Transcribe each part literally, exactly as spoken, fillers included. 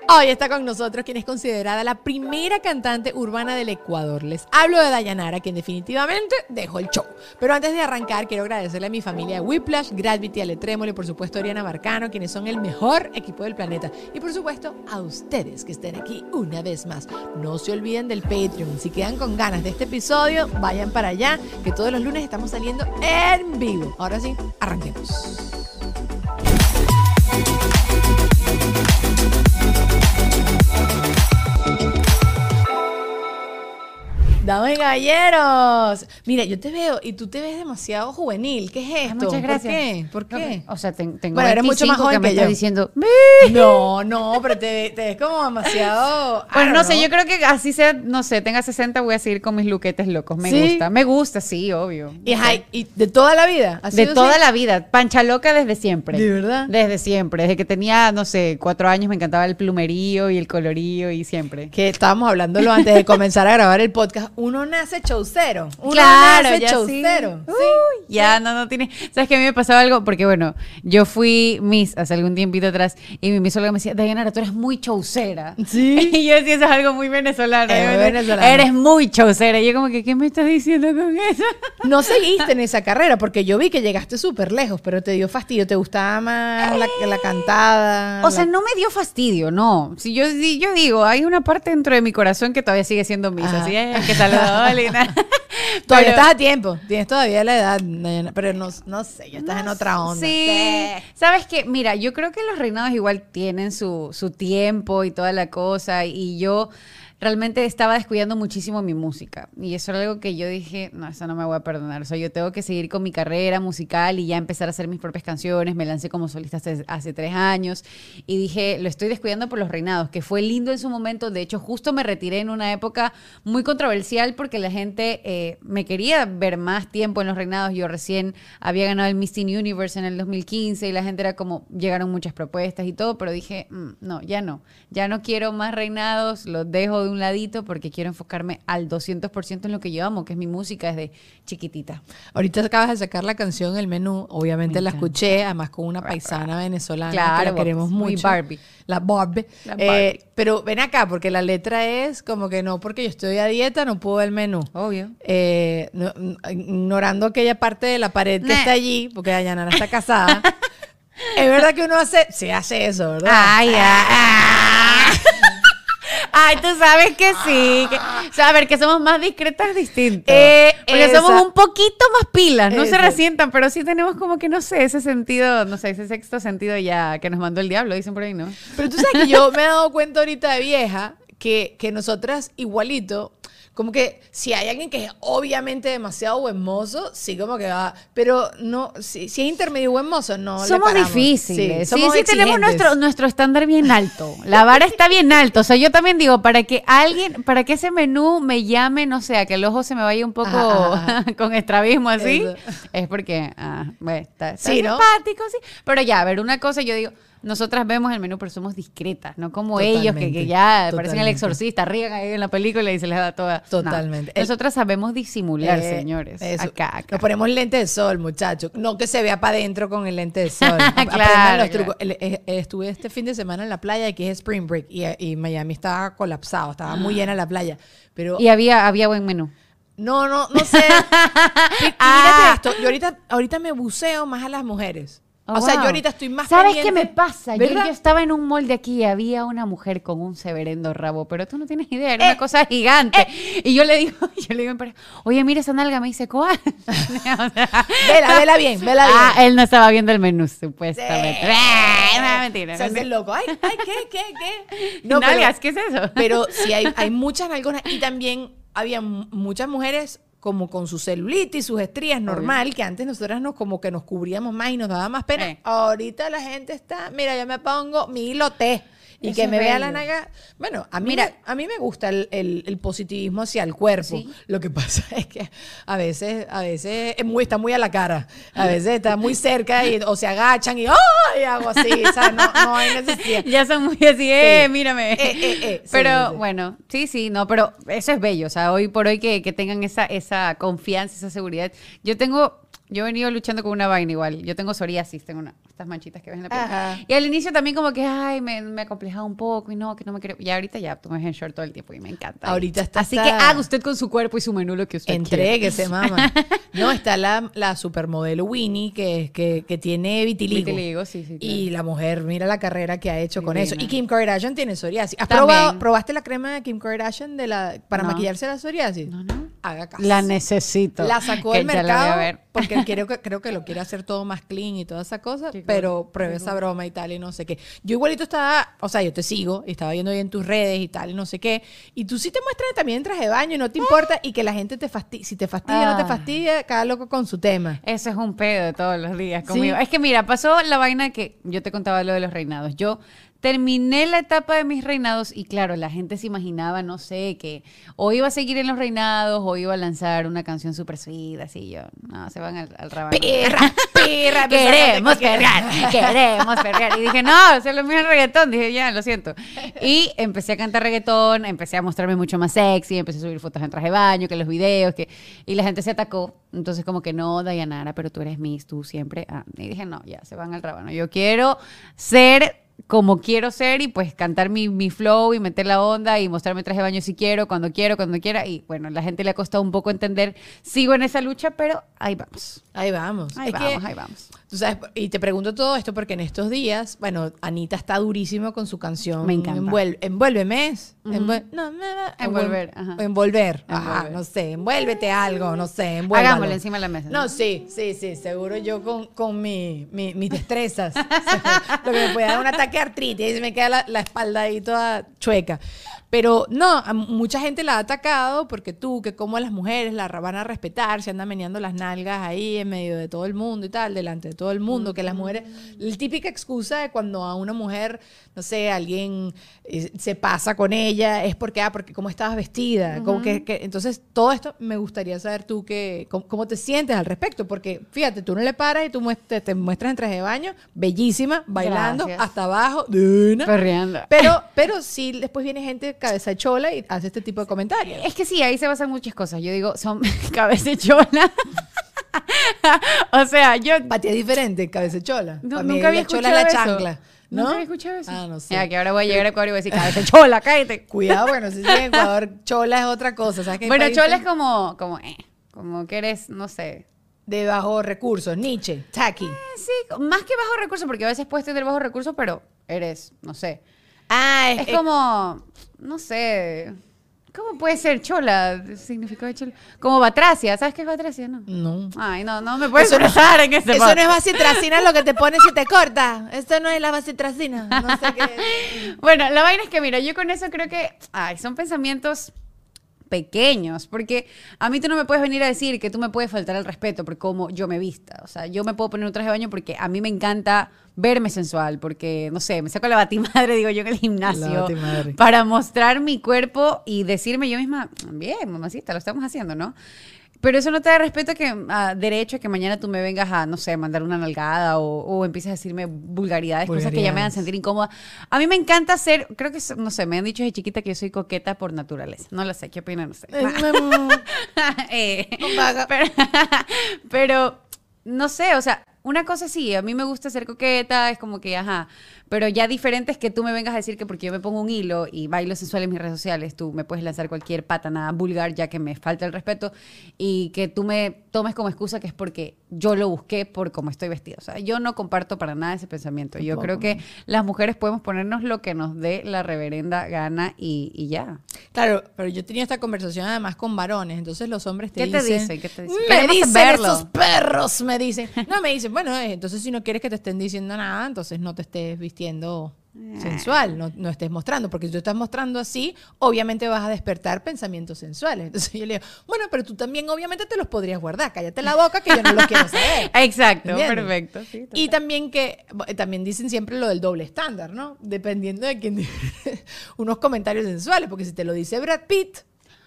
Hoy está con nosotros quien es considerada la primera cantante urbana del Ecuador. Les hablo de Dayanara, quien definitivamente dejó el show. Pero antes de arrancar, quiero agradecerle a mi familia Whiplash, Gravity, Ale Trémolo y por supuesto a Oriana Barcano, quienes son el mejor equipo del planeta. Y por supuesto a ustedes que estén aquí una vez más. No se olviden del Patreon. Si quedan con ganas de este episodio, vayan para allá, que todos los lunes estamos saliendo en vivo. Ahora sí, arranquemos. Damas y caballeros, mira, yo te veo y tú te ves demasiado juvenil. ¿Qué es esto? Ah, muchas gracias. ¿Por qué? ¿Por qué? No, o sea, ten, tengo bueno, eres mucho más joven que me que estás yo. diciendo. No, no, pero te, te ves como demasiado. Pues no know. sé, yo creo que así sea, no sé, tenga sesenta, voy a seguir con mis luquetes locos. Me ¿Sí? gusta, me gusta, sí, obvio. ¿Y, okay. ¿Y de toda la vida? ¿Ha De sido toda así? la vida, pancha loca desde siempre. ¿De verdad? Desde siempre, desde que tenía, no sé, cuatro años me encantaba el plumerío y el colorío y siempre. Que estábamos hablándolo antes de comenzar a grabar el podcast. Uno nace chaucero. Uno Claro, nace ya chaucero. sí. Uy, ya no, no tiene. ¿Sabes qué? A mí me pasaba algo, porque bueno, yo fui Miss hace algún tiempito atrás y mi Miss Olga me decía, Dayanara, tú eres muy chaucera. Sí. Y yo decía, eso es algo muy venezolano. Es venezolano. Eres muy chaucera. Y yo como que, ¿qué me estás diciendo con eso? No seguiste en esa carrera porque yo vi que llegaste súper lejos, pero te dio fastidio. ¿Te gustaba más la, la cantada? O la... sea, no me dio fastidio, no. Si yo, si yo digo, hay una parte dentro de mi corazón que todavía sigue siendo Miss. Ajá. Así es, que saludó, Lina. Todavía Pero- estás a tiempo, tienes todavía la edad, Dayana, pero no, no sé, ya estás No en otra onda. Sí. ¿Sabes qué? Mira, yo creo que los reinados igual tienen su, su tiempo y toda la cosa. Y yo realmente estaba descuidando muchísimo mi música. Y eso era algo que yo dije, no, eso no me voy a perdonar. O sea, yo tengo que seguir con mi carrera musical y ya empezar a hacer mis propias canciones. Me lancé como solista hace, hace tres años. Y dije, lo estoy descuidando por los reinados, que fue lindo en su momento. De hecho, justo me retiré en una época muy controversial porque la gente eh, me quería ver más tiempo en los reinados. Yo recién había ganado el Miss Teen Universe en el dos mil quince y la gente era como, llegaron muchas propuestas y todo, pero dije, mm, no, ya no. Ya no quiero más reinados, los dejo de un ladito porque quiero enfocarme al doscientos por ciento en lo que yo amo, que es mi música desde chiquitita. Ahorita acabas de sacar la canción El Menú, obviamente Me la encanta. escuché, además con una paisana venezolana Claro, que la queremos muy mucho. Barbie. La Barbie. La Eh, Barbie. pero ven acá, porque la letra es como que no, porque yo estoy a dieta, no puedo ver el menú. Obvio. Eh, no- n- ignorando aquella parte de la pared que Nah. está allí, porque Dayanara está casada. Es verdad que uno hace, se hace eso, ¿verdad? Ay, ay, ay. Ay, tú sabes que sí. Que, o sea, a ver, que somos más discretas distintos. Eh, Porque esa- somos un poquito más pilas. No se Esa. resientan, pero sí tenemos como que, no sé, ese sentido, no sé, ese sexto sentido ya que nos mandó el diablo, dicen por ahí, ¿no? Pero tú sabes que yo me he dado cuenta ahorita de vieja que, que nosotras igualito, como que si hay alguien que es obviamente demasiado buen mozo, sí como que va, pero no, si, si es intermedio buen mozo, no le Somos paramos. difíciles. Sí, somos sí, tenemos exigentes. nuestro, nuestro estándar bien alto. La vara está bien alto. O sea, yo también digo, para que alguien, para que ese menú me llame, no sé, a que el ojo se me vaya un poco Ajá, ajá. con estrabismo así, Eso. es porque, ah, bueno, está, está Sí, ¿no? simpático, sí. Pero ya, a ver, una cosa, yo digo, nosotras vemos el menú, pero somos discretas, no como ellos que, que ya Totalmente, parecen el totalmente. exorcista, riegan ahí en la película y se les da toda. Totalmente. No. Nosotras sabemos disimular, Eh, señores. eso. Acá, acá. Nos ponemos lente de sol, muchachos. No que se vea para adentro con el lente de sol. Aprendan Claro, los claro. trucos. El- eh, eh, estuve este fin de semana en la playa, que es Spring Break, y, y Miami estaba colapsado, estaba muy llena la playa. Pero Y había, había buen menú. no, no, no sé. Y, y mírate Ah. esto, yo ahorita, ahorita me buceo más a las mujeres. Oh, o sea, wow. yo ahorita estoy más ¿Sabes pendiente. qué me pasa? Yo, ¿Verdad? yo estaba en un mall de aquí y había una mujer con un severendo rabo, pero tú no tienes idea, era Eh, una cosa gigante. Y yo le digo, yo le digo, en pareja, oye, mira esa nalga, me dice, ¿cuál? O sea, Vela, vela bien, vela bien. ah, él no estaba viendo el menú, supuestamente. Sí. Ah, no, mentira. Se hace el loco. Ay, ay, ¿qué, qué, qué? No, Nalgas, pero, ¿qué es eso? pero sí hay, hay muchas nalgonas y también había m- muchas mujeres como con su celulitis, sus estrías, normal, que antes nosotras nos como que nos cubríamos más y nos daba más pena. Eh. Ahorita la gente está, mira, yo me pongo mi hilo T y Eso que es me vea bello. la naga. Bueno, a mí, Mira. me, a mí me gusta el, el- el positivismo hacia el cuerpo. Sí. Lo que pasa es que a veces, a veces es muy, está muy a la cara. A veces está muy cerca y, o se agachan y ¡ay! Hago así, ¿sabes? No, no hay necesidad. Ya son muy así, eh, Sí. mírame. Eh, eh, eh. Sí, Pero sí, sí. bueno, sí, sí, no, pero eso es bello. O sea, hoy por hoy que, que tengan esa, esa confianza, esa seguridad. Yo tengo, yo he venido luchando con una vaina igual. Yo tengo psoriasis, tengo una, estas manchitas que ves en la piel. Ajá. Y al inicio también como que, ay, me, me acomplejaba un poco y no, que no me quiero. Y ahorita ya, tú me ves en short todo el tiempo y me encanta. Ahorita está Así esta- que haga usted con su cuerpo y su menú lo que usted quiera. Entréguese, mamá. No, está la, la supermodelo Winnie, que, que, que tiene vitiligo. Vitiligo, sí, sí. Y la mujer, mira la carrera que ha hecho con Divina. eso. Y Kim Kardashian tiene psoriasis. ¿Has También. probado, probaste la crema de Kim Kardashian de la, para No. maquillarse la psoriasis? No, no. Haga caso. La necesito. La sacó Que del ya la voy a mercado ver. porque creo que, creo que lo quiere hacer todo más clean y toda esa cosa, Qué cool, pero pruebe qué esa cool. broma y tal y no sé qué. Yo igualito estaba, o sea, yo te sigo y estaba viendo ahí en tus redes y tal y no sé qué. Y tú sí te muestras también en traje de baño y no te importa y que la gente te fastidia. Si te fastidia o no te Ah. fastidia, cada loco con su tema. Eso es un pedo de todos los días Sí. conmigo. Es que mira, pasó la vaina que yo te contaba lo de los reinados. Yo terminé la etapa de mis reinados y claro, la gente se imaginaba, no sé, que o iba a seguir en los reinados o iba a lanzar una canción súper sweet, así yo, no, se van al, al rabano. Perra, perra, Queremos perrear, queremos perrear. Y dije, no, eso es lo mío el reggaetón. Dije, ya, lo siento. Y empecé a cantar reggaetón, empecé a mostrarme mucho más sexy, empecé a subir fotos en traje de baño, que los videos, que y la gente se atacó. Entonces como que no, Dayanara, pero tú eres Miss, tú siempre. Ah, y dije, no, ya, se van al rabano. Yo quiero ser como quiero ser y pues cantar mi, mi flow y meter la onda y mostrarme traje de baño si quiero, cuando quiero, cuando quiera. Y bueno, la gente le ha costado un poco entender. Sigo en esa lucha, pero ahí vamos. Ahí vamos. Ahí Es vamos, que, ahí vamos. tú sabes, y te pregunto todo esto porque en estos días, bueno, Anita está durísimo con su canción. Me encanta. Envuel- Envuélveme. es. Ujú. Envuel- no, me va- Envolver, ajá. Envolver. Ajá, Envolver. no sé, envuélvete algo, no sé, envuélvalo. Hagámoslo encima de la mesa. No, sí, sí, sí, seguro yo con, con mi, mi- mis destrezas. Lo que me puede dar un ataque de artritis y se me queda la, la espalda ahí toda chueca. Pero no, a mucha gente la ha atacado porque tú, que como a las mujeres la van a respetar, se andan meneando las nalgas ahí en medio de todo el mundo y tal, delante de todo el mundo, que las mujeres, la típica excusa de cuando a una mujer, no sé, alguien eh, se pasa con ella, es porque, ah, porque cómo estabas vestida, como que, que- entonces todo esto me gustaría saber tú que, cómo, cómo te sientes al respecto, porque fíjate, tú no le paras y tú muestres, te muestras en traje de baño, bellísima, bailando, Gracias. hasta abajo, divina. Perreando. Pero, pero sí, después viene gente cabeza de chola y hace este tipo de comentarios. Es que sí, ahí se basan muchas cosas. Yo digo, son cabeza de chola. O sea, yo Para ti es diferente, cabeza de chola. no- Pa' mí nunca había la chola escuchado es la eso. chancla. ¿No? Nunca había escuchado eso. Ah, no sé. Ya, que ahora voy a llegar a Ecuador y voy a decir, cabeza de chola, cállate. Cuidado, bueno, si en Ecuador chola es otra cosa. ¿Sabes qué Bueno, país chola es como, como, eh, como que eres, no sé. de bajos recursos, Nietzsche, tacky. Sí, más que bajo recursos, porque a veces puedes tener bajo recursos, pero eres, no sé. Ah, Es como, no sé, ¿cómo puede ser chola? ¿El significado de chola? Como batracia, ¿sabes qué es batracia? No. No. Ay, no, no me puedes Eso no- expresar en este Eso podcast. no es bacitracina lo que te pones y te corta. Esto no es la bacitracina. No sé qué. Bueno, la vaina es que, mira, yo con eso creo que, ay, son pensamientos pequeños, porque a mí tú no me puedes venir a decir que tú me puedes faltar al respeto por cómo yo me vista. O sea, yo me puedo poner un traje de baño porque a mí me encanta verme sensual, porque, no sé, me saco la batimadre, digo yo, en el La gimnasio batimadre. para mostrar mi cuerpo y decirme yo misma, bien, mamacita, lo estamos haciendo, ¿no? Pero eso no te da respeto a que, a derecho a que mañana tú me vengas a, no sé, mandar una nalgada o, o empieces a decirme vulgaridades, cosas que ya me hagan Vulgaridades. sentir incómoda. A mí me encanta ser, creo que, no sé, me han dicho desde chiquita que yo soy coqueta por naturaleza. No lo sé, ¿qué opinan ustedes? Eh, Vaga. pero, pero, no sé, o sea, una cosa sí, a mí me gusta ser coqueta, es como que, ajá, pero ya diferente es que tú me vengas a decir que porque yo me pongo un hilo y bailo sensual en mis redes sociales, tú me puedes lanzar cualquier patanada vulgar ya que me falta el respeto y que tú me tomes como excusa que es porque yo lo busqué por cómo estoy vestida. O sea, yo no comparto para nada ese pensamiento. Yo creo que las mujeres podemos ponernos lo que nos dé la reverenda gana y, y ya. Claro, pero yo tenía esta conversación además con varones, entonces los hombres te ¿Qué te dicen... dicen? ¿Qué te dicen? Me Queremos dicen verlo. esos perros, me dicen. No, me dicen, bueno, eh, entonces si no quieres que te estén diciendo nada, entonces no te estés vistiendo sensual, no, no estés mostrando, porque si tú estás mostrando así, obviamente vas a despertar pensamientos sensuales. Entonces yo le digo, bueno, pero tú también obviamente te los podrías guardar, cállate la boca que yo no los quiero saber. Exacto, ¿Entiendes? perfecto. Sí, Y total. también que, también dicen siempre lo del doble estándar, ¿no? Dependiendo de quién, unos comentarios sensuales, porque si te lo dice Brad Pitt,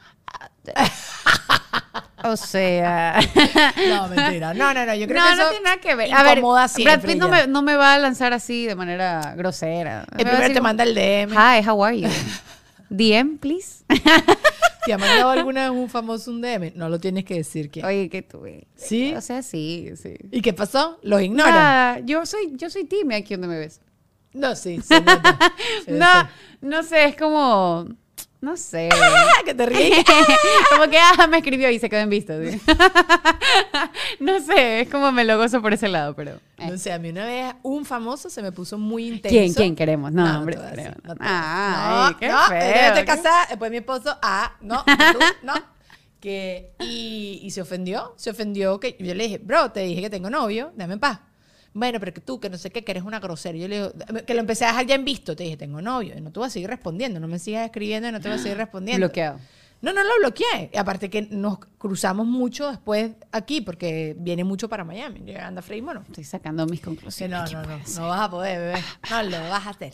O sea, no, mentira, no, no, no, yo creo no, que eso no tiene nada que ver. A ver, incomoda Brad siempre Pitt no ya. me, no me va a lanzar así de manera grosera. Me El va a primero decir te como, manda el D M. Hi, how are you? D M, please. ¿Te ha mandado alguna vez un famoso un D M? No lo tienes que decir quién. Oye, que tuve. ¿Sí? O sea, sí, sí. ¿Y qué pasó? ¿Los ignoran? Nada, yo soy, yo soy tímida aquí donde me ves. No, sí, se nota. Sí, No, sí. no sé, es como... No sé. ¿Que te ríes? Como que, ah, me escribió y se quedó en visto. ¿Sí? No sé, es como me lo gozo por ese lado, pero... eh. No sé, a mí una vez un famoso se me puso muy intenso. ¿Quién, quién queremos? No, No, hombre. no te voy a decir, queremos. no te voy a Ay, decir. qué no, no, feo. primero te qué- casas, después mi esposo, ah, no, tú, no. Que, y, y se ofendió, se ofendió que yo le dije, bro, te dije que tengo novio, dame en paz. Bueno, pero que tú, que no sé qué, que eres una grosera. Yo le digo, que lo empecé a dejar ya en visto. Te dije, tengo novio. Y no te voy a seguir respondiendo. No me sigas escribiendo y no te voy a seguir respondiendo. Bloqueado. No, no lo bloqueé. Y aparte que nos cruzamos mucho después aquí, porque viene mucho para Miami. Yo anda Freddy Mono. Estoy sacando mis Que conclusiones. no, ¿Qué no, no. puede ser? No vas a poder, bebé. No lo vas a hacer.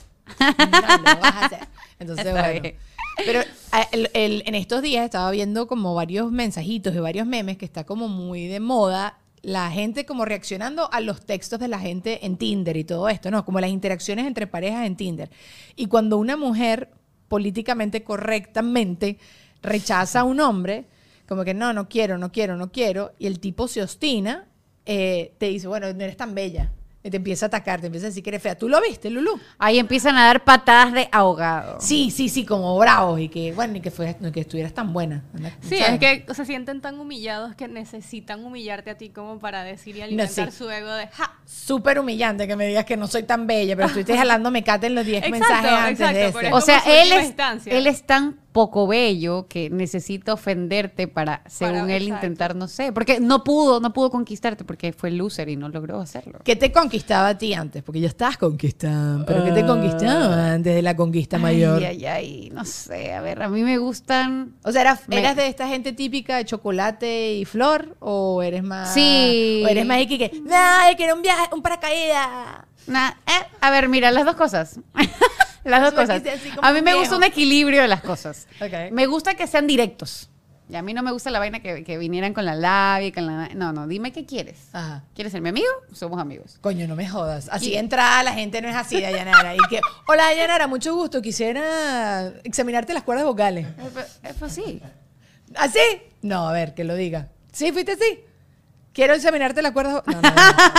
No lo vas a hacer. Entonces, Está bueno. bien. Pero a- el- el- en estos días estaba viendo como varios mensajitos y varios memes que está como muy de moda la gente como reaccionando a los textos de la gente en Tinder y todo esto, ¿no? Como las interacciones entre parejas en Tinder. Y cuando una mujer políticamente correctamente rechaza a un hombre, como que no, no quiero, no quiero, no quiero, y el tipo se obstina, eh, te dice, bueno, no eres tan bella. Y te empieza a atacar, te empieza a decir que eres fea. ¿Tú lo viste, Lulú? Ahí empiezan a dar patadas de ahogado. Sí, sí, sí, como bravos y que, bueno, y que, fue, que estuvieras tan buena. Sí, ¿sabes? es que se sienten tan humillados que necesitan humillarte a ti como para decir y alimentar sí. su ego de ¡ja! Súper humillante que me digas que no soy tan bella, pero estuviste jalando mecate en los diez Exacto, mensajes antes exacto, de pero eso. O es sea, como su él última es, instancia. él es tan poco bello que necesita ofenderte para, según Para- él, exacto. intentar, no sé, porque no pudo, no pudo conquistarte porque fue loser y no logró hacerlo. ¿Qué te conquistaba a ti antes? Porque ya estás conquistando. ¿Pero qué te conquistaba antes de la conquista mayor? Ay, ay, ay, no sé, a ver, a mí me gustan... O sea, ¿eras, Me- ¿eras de esta gente típica de chocolate y flor? ¿O eres más...? Sí. ¿O eres más Iki que, no, que era un viaje, un paracaídas? na- eh, a ver, mira, las dos cosas. Las dos Eso me cosas. quise así como A mí un me viejo. gusta un equilibrio de las cosas. Ok. Me gusta que sean directos. Y a mí no me gusta la vaina que, que vinieran con la labia y con la... No, no, dime qué quieres. Ajá. ¿Quieres ser mi amigo? Somos amigos. Coño, no me jodas. Así Y- entra la gente, no es así, Dayanara. Y que, hola, Dayanara, mucho gusto. Quisiera examinarte las cuerdas vocales. Es así. ¿Así? No, a ver, que lo diga. ¿Sí, fuiste así? Quiero examinarte las cuerdas vocales. No, no,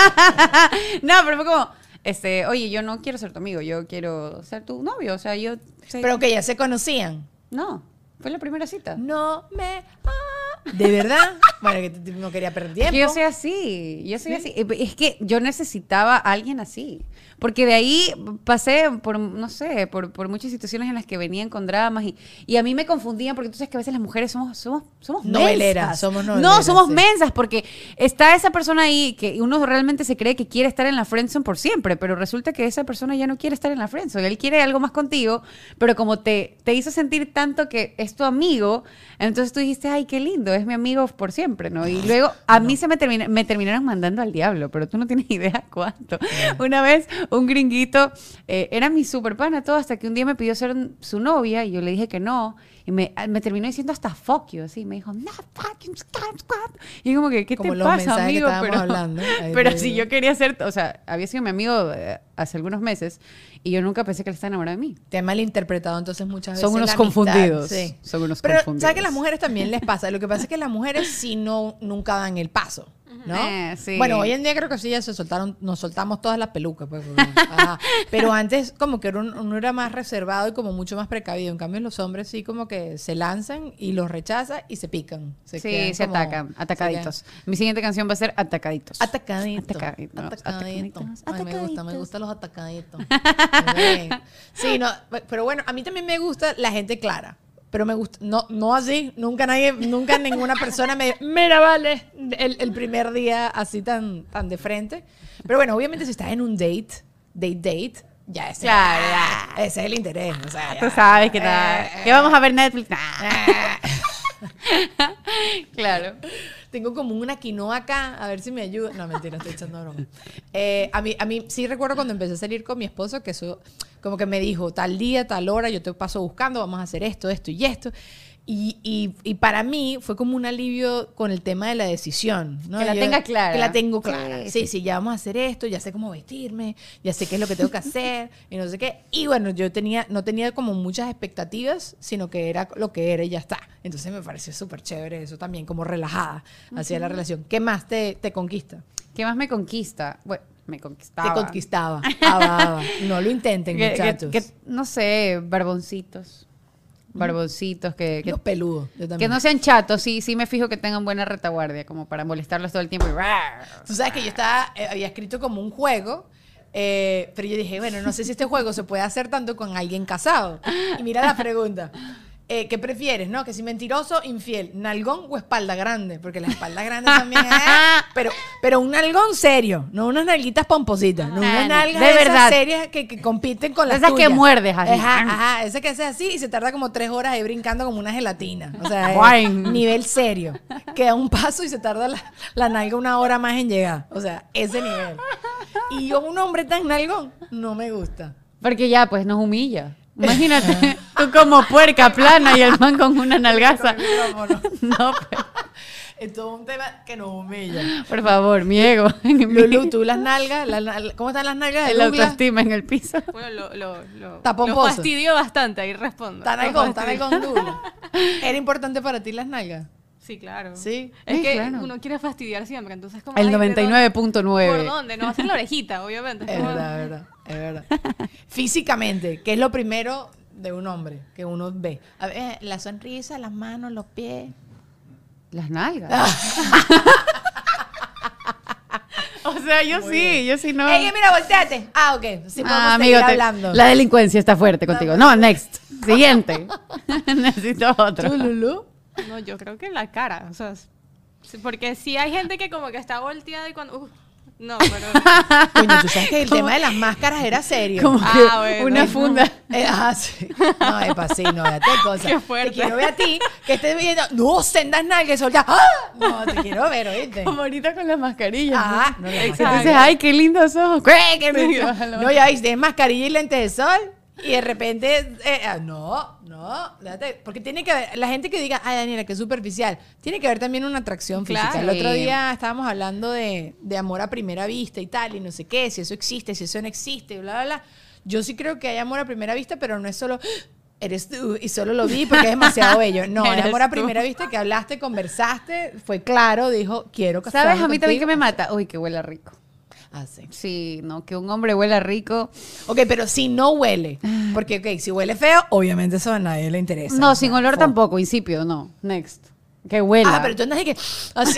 no. No, pero fue como... Este, oye, yo no quiero ser tu amigo, yo quiero ser tu novio. O sea, yo... sé- Pero que ya se conocían. No, fue la primera cita. No me... ah. ¿De verdad? Bueno, que t- no quería perder tiempo. Que yo soy así, yo soy así. Es que yo necesitaba a alguien así. Porque de ahí pasé por, no sé, por, por muchas situaciones en las que venían con dramas y, y a mí me confundían porque tú sabes que a veces las mujeres somos, somos, somos Noveleras, mensas. somos No, noveleras, somos sí. mensas porque está esa persona ahí que uno realmente se cree que quiere estar en la friendzone por siempre, pero resulta que esa persona ya no quiere estar en la friendzone. Él quiere algo más contigo, pero como te, te hizo sentir tanto que es tu amigo, entonces tú dijiste, ay, qué lindo, es mi amigo por siempre, ¿no? Y luego a mí se me, termina, me terminaron mandando al diablo, pero tú no tienes idea cuánto. Una vez un gringuito, eh, era mi super pana todo, hasta que un día me pidió ser su novia y yo le dije que no. Y me, me terminó diciendo hasta fuck you, así. Me dijo, no, fuck you, squat, squat. Y yo como que, ¿qué Como te los pasa, mensajes que amigo? estábamos Pero, hablando. Ahí pero te si digo. yo quería ser, o sea, había sido mi amigo eh, hace algunos meses y yo nunca pensé que él estaba enamorado de mí. Te han malinterpretado entonces muchas veces. Son unos la amistad, confundidos. sí. Son unos Pero confundidos. ¿sabes que a las mujeres también les pasa? Lo que pasa es que las mujeres sí no, nunca dan el paso, ¿no? Eh, sí. Bueno, hoy en día creo que sí ya se soltaron, nos soltamos todas las pelucas, pues, porque- ajá. Pero antes como que uno, uno era más reservado y como mucho más precavido. En cambio los hombres sí como que se lanzan y los rechazan y se pican. Se Sí, quedan se como- atacan, se atacaditos. quedan- Mi siguiente canción va a ser Atacaditos. Atacaditos. Atacaditos, Atacaditos. atacaditos, Ay, me gusta, me atacaditos. gustan los atacaditos. Muy bien. Sí, no, pero bueno, a mí también me gusta la gente clara. Pero me gusta, no, no así, nunca nadie, nunca ninguna persona me mira, vale, el, el primer día así tan, tan de frente. Pero bueno, obviamente si estás en un date, date, date, ya ese, Claro, ah, ese es el interés. O sea, Tú ya. sabes que tal. Eh, ¿Qué vamos a ver Netflix? Nah. eh. Claro. Tengo como una quinoa acá, a ver si me ayuda. No, mentira, estoy echando broma. Eh, a, mí, a mí sí recuerdo cuando empecé a salir con mi esposo que eso, como que me dijo, tal día, tal hora, yo te paso buscando, vamos a hacer esto, esto y esto. Y, y, y para mí fue como un alivio con el tema de la decisión, ¿no? Que la Yo- tenga clara. Que la tengo clara. Sí, Sí, sí. sí, ya vamos a hacer esto, ya sé cómo vestirme, ya sé qué es lo que tengo que hacer y no sé qué. Y bueno, yo tenía, no tenía como muchas expectativas, sino que era lo que era y ya está. Entonces me pareció súper chévere eso también, como relajada hacia la relación. ¿Qué más te, te conquista? ¿Qué más me conquista? Bueno, me conquistaba. Te conquistaba. Ah, va, va. No lo intenten, Que- que- muchachos. que, no sé, barboncitos. Barboncitos que, que, Los peludos. Yo también. que no sean chatos, sí, sí me fijo que tengan buena retaguardia, como para molestarlos todo el tiempo. Y Tú sabes que yo estaba, eh, había escrito como un juego, eh, pero yo dije, bueno, no sé si este juego se puede hacer tanto con alguien casado. Y mira la pregunta. Eh, ¿Qué prefieres, no? Que si mentiroso, infiel, nalgón o espalda grande, porque la espalda grande también es, pero, pero un nalgón serio, no unas nalguitas pompositas, no Ah, unas no, nalgas de esas verdad. serias que, que compiten con las Esas que tuyas. muerdes así. Ajá, ajá, esa que hace así y se tarda como tres horas ahí brincando como una gelatina, o sea, es Boing. nivel serio, que da un paso y se tarda la, la nalga una hora más en llegar, o sea, ese nivel. Y yo un hombre tan nalgón, no me gusta. Porque ya, pues nos humilla. Imagínate, tú como puerca plana y el man con una nalgaza. Con el micrófono. No, pues, Es todo un tema que nos humilla. por favor, mi ego. Lulu, tú las nalgas, la- la- ¿cómo están las nalgas de El Douglas? autoestima en el piso. Bueno, lo, lo, lo, Está lo pomposo. fastidio bastante, ahí respondo. Tan Lo algón, tan fastidio. algón Douglas. ¿Era importante para ti las nalgas? Sí, claro. Sí. Es Sí, que claro. uno quiere fastidiar siempre, entonces como... El ay, ¿de noventa y nueve punto dónde? ¿Por nueve. dónde? No va a ser la orejita, obviamente. Es Es como- verdad, es verdad, es verdad. Físicamente, ¿qué es lo primero de un hombre que uno ve? A ver, la sonrisa, las manos, los pies. Las nalgas. O sea, yo sí, yo sí no. ¡Ey, mira, volteate! Ah, ok. Sí, podemos Ah, seguir amigo, te- hablando. la delincuencia está fuerte contigo. No, next. Siguiente. Necesito otro. ¿Tú, Lulu? No, yo creo que la cara, o sea, sí, porque sí hay gente que como que está volteada y cuando... uh, no, pero... Coño, tú sabes que el tema de las máscaras era serio. Como Ah, que bueno. una funda. Eh, ah, sí. No, epa, sí, no, ya te cosa. Qué fuerte. Te quiero ver a ti, que estés viendo, no, sendas nalgas, solta. ¡Ah! No, te quiero ver, ¿oíste? Como ahorita con las mascarillas. Ah, no, las Entonces, mascarillas. ay, qué lindos ojos. ¡Qué, qué lindo! No, ya viste, es mascarilla y lentes de sol. Y de repente, eh, ah, no, no, déjate, porque tiene que haber, la gente que diga, ay, Daniela, que superficial, tiene que haber también una atracción física. Claro. El otro día estábamos hablando de, de amor a primera vista y tal, y no sé qué, si eso existe, si eso no existe, bla, bla, bla. Yo sí creo que hay amor a primera vista, pero no es solo, "Ah, eres tú, y solo lo vi porque es demasiado bello. No, es Eres amor a tú. primera vista que hablaste, conversaste, fue claro, dijo, quiero casarme ¿Sabes? A mí también que contigo. me mata. Uy, que huele rico. Ah, sí. Sí, no, que un hombre huela rico. Ok, pero si no huele, porque ok, si huele feo, obviamente eso a nadie le interesa. No, O sin sea, olor fo- tampoco, insípido, no. Next. Que huela. Ah, pero tú andas de que así.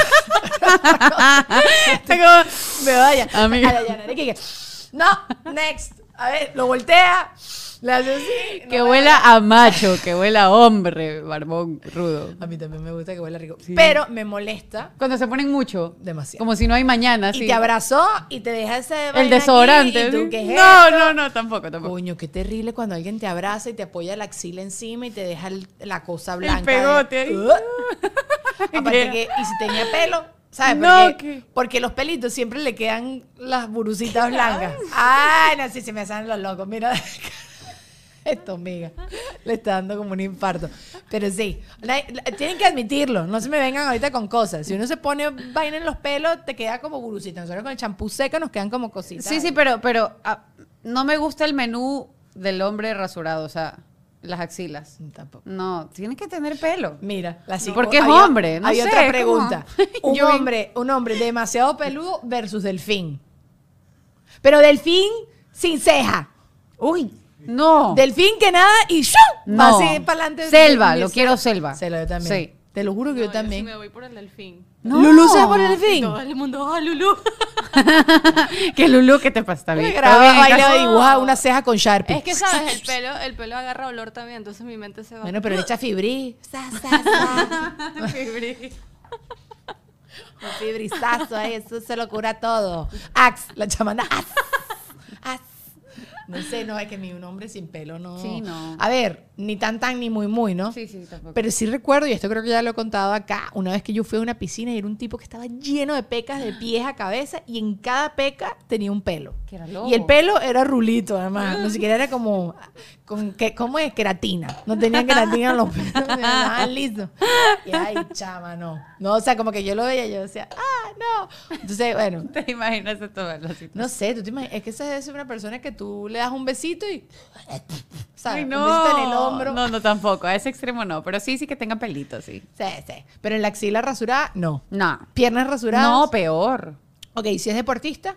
me vaya. Amiga. A la Yanara, que, que, no, next. A ver, lo voltea, le hace así. Que no, huela a macho, que huela a hombre, barbón, rudo. A mí también me gusta que huela rico. Pero me molesta Cuando se ponen mucho. demasiado. Como si no hay mañana. Y sí. te abrazó y te deja ese vaina El aquí, desodorante. y tú, ¿sí? ¿qué es No, esto? no, no, tampoco, tampoco. Coño, qué terrible cuando alguien te abraza y te apoya la axila encima y te deja el- la cosa blanca. pegote ahí. Uh. Aparte que, y si tenía pelo, ¿sabes? No, Porque, ¿qué? porque los pelitos siempre le quedan las burucitas blancas. Ay, no, sí, se me salen los locos. Mira, esto, amiga, le está dando como un infarto. Pero sí, la- la- tienen que admitirlo. No se me vengan ahorita con cosas. Si uno se pone vaina en los pelos, te queda como burucita. Nosotros con el champú seco nos quedan como cositas. Sí, sí, pero, pero ah, no me gusta el menú del hombre rasurado, o sea, las axilas. Tampoco. No, tiene que tener pelo. Mira, la psico- Porque es había- hombre, no había sé, otra es pregunta. como- Un Yo vi- hombre, un hombre demasiado peludo versus delfín. Pero delfín sin ceja. Uy, no. Delfín que nada y ¡shum! No. Va así para adelante. Selva, lo quiero selva. Selva, yo también. Sí. Te lo juro que No, yo sí también. me voy por el delfín. No. ¿Lulú se va por el Y delfín? todo el mundo, ah, Lulú. Que Lulú, ¿qué te pasa? ¿Está bien? Me ¿Está graba bien en baila casa? dibuja una ceja con Sharpie. Es que, ¿sabes? El pelo, el pelo agarra olor también, entonces mi mente se va. Bueno, pero le echa fibrí. Sa, sa, sa. Un fibrizazo ahí, eso se lo cura todo. Axe, la chamana. Axe. Axe. No sé, no, es que mi un hombre sin pelo no. Sí, no. A ver, ni tan tan ni muy muy, ¿no? Sí, sí, tampoco. Pero sí recuerdo, y esto creo que ya lo he contado acá, una vez que yo fui a una piscina y era un tipo que estaba lleno de pecas de pies a cabeza y en cada peca tenía un pelo. Que era lobo. Y el pelo era rulito, además. Ni siquiera era como, con que, ¿cómo es? Queratina. No tenían queratina en los pelos. Estaban lisos. Y ay, chama, no. No, o sea, como que yo lo veía y yo decía, ah, no. Entonces, bueno. ¿Te imaginas toda la situación? No sé, tú te imaginas, es que esa es una persona que tú le das un besito y, ¿sabes? Ay, no. Un besito en el hombro. No, no, tampoco. A ese extremo no. Pero sí, sí que tenga pelitos, sí. Sí, sí. Pero en la axila rasurada, no. No. Piernas rasuradas. No, peor. Ok, si es deportista,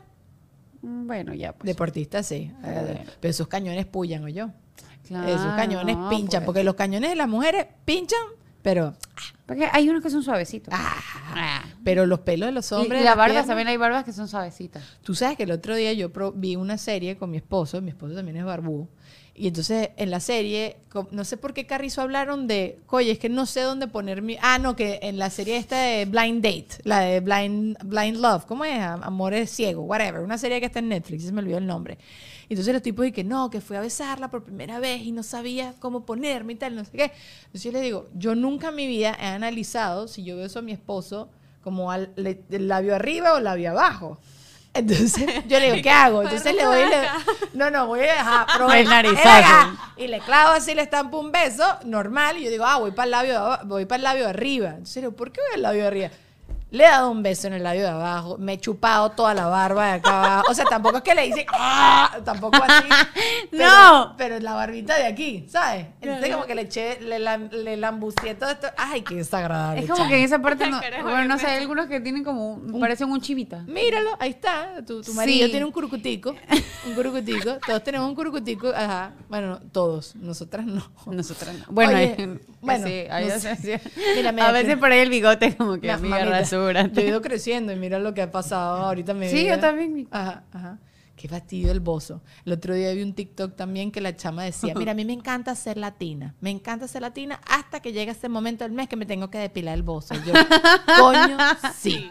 Mm, Bueno, ya pues. deportista sí. Eh, pero esos cañones pullan, ¿o yo? Claro, Esos cañones no, pinchan, pues. porque los cañones de las mujeres pinchan, pero Porque hay unos que son suavecitos. ah, Ah. pero los pelos de los Y, hombres. y de las las barbas, piernas- también hay barbas que son suavecitas. Tú sabes que el otro día yo pro- vi una serie con mi esposo, mi esposo también es barbudo, y entonces en la serie, co- no sé por qué Carrizo hablaron de, oye, es que no sé dónde poner mi... Ah, no, que en la serie esta de Blind Date, la de Blind, Blind Love, ¿cómo es? Am- Amores ciegos, whatever, una serie que está en Netflix, se me olvidó el nombre. Entonces los tipos dicen que no, que fue a besarla por primera vez y no sabía cómo ponerme y tal, no sé qué. Entonces yo les digo, yo nunca en mi vida he analizado si yo beso a mi esposo como al le- el labio arriba o labio abajo. Entonces yo le digo, ¿qué hago? Entonces le voy y le... No, no, voy a dejar... probar. El narizazo. Y le clavo así, le estampo un beso, normal, y yo digo, ah, voy para el labio de abajo, voy para el labio de arriba. Entonces le digo, ¿por qué voy al labio de arriba? Le he dado un beso en el labio de abajo, me he chupado toda la barba de acá abajo. O sea, tampoco es que le hice, ¡ah! Tampoco así. Pero, ¡No! Pero la barbita de aquí, ¿sabes? Entonces como que le eché, le, lam- le lambucié todo esto. Ay, qué desagradable. Es como chamo. que en esa parte no, Carajo, bueno, no qué sé, hay pena. algunos que tienen como, un- parecen un chivita. Míralo, ahí está. Tu, tu marido Sí. tiene un curucutico. Un curucutico. Todos tenemos un curucutico. Ajá. Bueno, no, todos. Nosotras no. Nosotras no. Bueno, Oye, hay- bueno, sí, hay no veces- sé. sí. Mira, me a da veces pena. por ahí el bigote como que Ma- amiga mamita, rasura. Yo he ido creciendo y mira lo que ha pasado ahorita en mi Sí, vida. yo también. Ajá, ajá. Qué fastidio el bozo. El otro día vi un TikTok también que la chama decía, mira, a mí me encanta ser latina. Me encanta ser latina hasta que llega ese momento del mes que me tengo que depilar el bozo. Y yo, coño, sí.